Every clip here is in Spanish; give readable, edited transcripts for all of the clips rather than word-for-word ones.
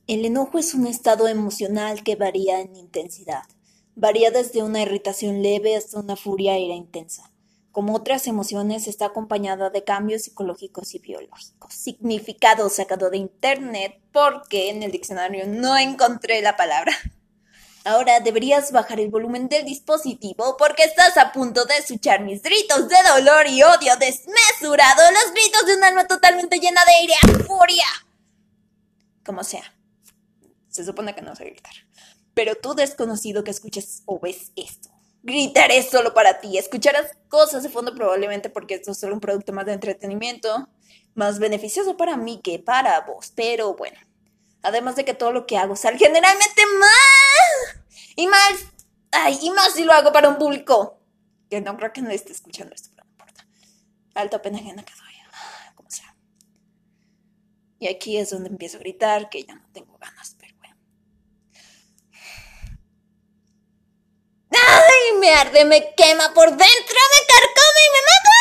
El enojo es un estado emocional que varía en intensidad. Varía desde una irritación leve hasta una furia ira intensa. Como otras emociones, está acompañada de cambios psicológicos y biológicos. Significado sacado de internet porque en el diccionario no encontré la palabra. Ahora deberías bajar el volumen del dispositivo porque estás a punto de escuchar mis gritos de dolor y odio desmesurado, los gritos de un alma totalmente llena de ira y furia. Como sea. Se supone que no sé gritar. Pero tú, desconocido que escuches o ves esto, gritaré solo para ti. Escucharás cosas de fondo probablemente porque esto es solo un producto más de entretenimiento, más beneficioso para mí que para vos. Pero bueno, además de que todo lo que hago sale generalmente mal. Y mal. Ay, y más si lo hago para un público que no creo que no esté escuchando esto, pero no importa. Alta pena ajena que doy. Como sea. Y aquí es donde empiezo a gritar que ya no tengo ganas. ¡Ay! Me arde, me quema por dentro, me carcome y me mata.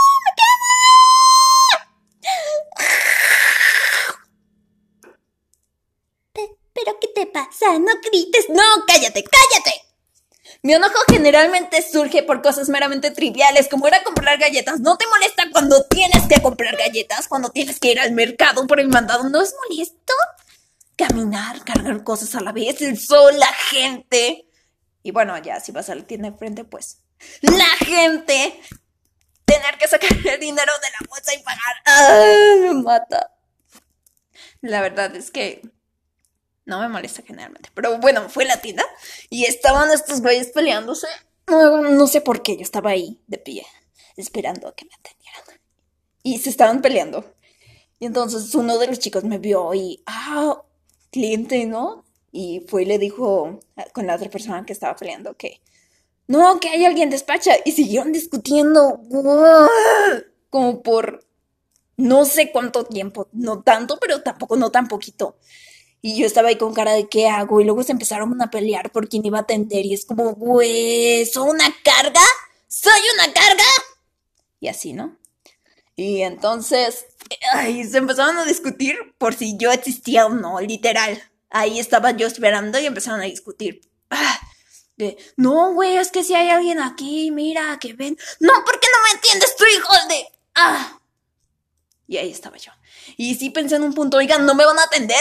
¡Me quema! ¿Pero qué te pasa? No grites. No, cállate, cállate. Mi enojo generalmente surge por cosas meramente triviales, como ir a comprar galletas. ¿No te molesta cuando tienes que comprar galletas? Cuando tienes que ir al mercado por el mandado. ¿No es molesto? Caminar, cargar cosas a la vez, el sol, la gente. Y bueno, ya si vas a la tienda de frente, pues la gente, tener que sacar el dinero de la bolsa y pagar. ¡Ah! Me mata. La verdad es que no me molesta generalmente. Pero bueno, fue la tienda y estaban estos güeyes peleándose. No sé por qué, yo estaba ahí de pie, esperando a que me atendieran. Y se estaban peleando. Y entonces uno de los chicos me vio y, cliente, ¿no? Y fue y le dijo con la otra persona que estaba peleando que no, que hay alguien despacha. Y siguieron discutiendo como por no sé cuánto tiempo. No tanto, pero tampoco no tan poquito. Y yo estaba ahí con cara de ¿qué hago? Y luego se empezaron a pelear por quién iba a atender. Y es como, güey, ¿soy una carga? ¿Soy una carga? Y así, ¿no? Y entonces se empezaron a discutir por si yo existía o no, literal. Ahí estaba yo esperando y empezaron a discutir. No, güey, es que si hay alguien aquí, mira, que ven. No, ¿por qué no me entiendes tú, hijo de? Y ahí estaba yo. Y sí pensé en un punto, oigan, ¿no me van a atender?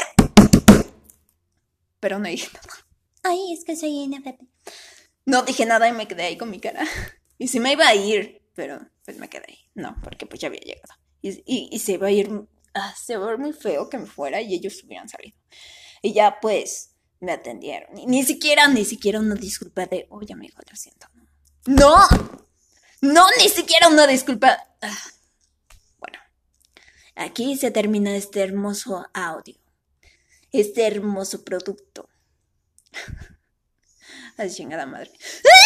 Pero no dije nada. Ay, es que soy INFP. No dije nada y me quedé ahí con mi cara. Y sí me iba a ir, pero pues me quedé ahí. No, porque pues ya había llegado. Y se iba a ir, se iba a ver muy feo que me fuera y ellos hubieran salido. Y ya pues me atendieron. Y ni siquiera una disculpa de, oye amigo, lo siento. No, ni siquiera una disculpa. Bueno, aquí se termina este hermoso audio. Este hermoso producto. Ay, chingada madre.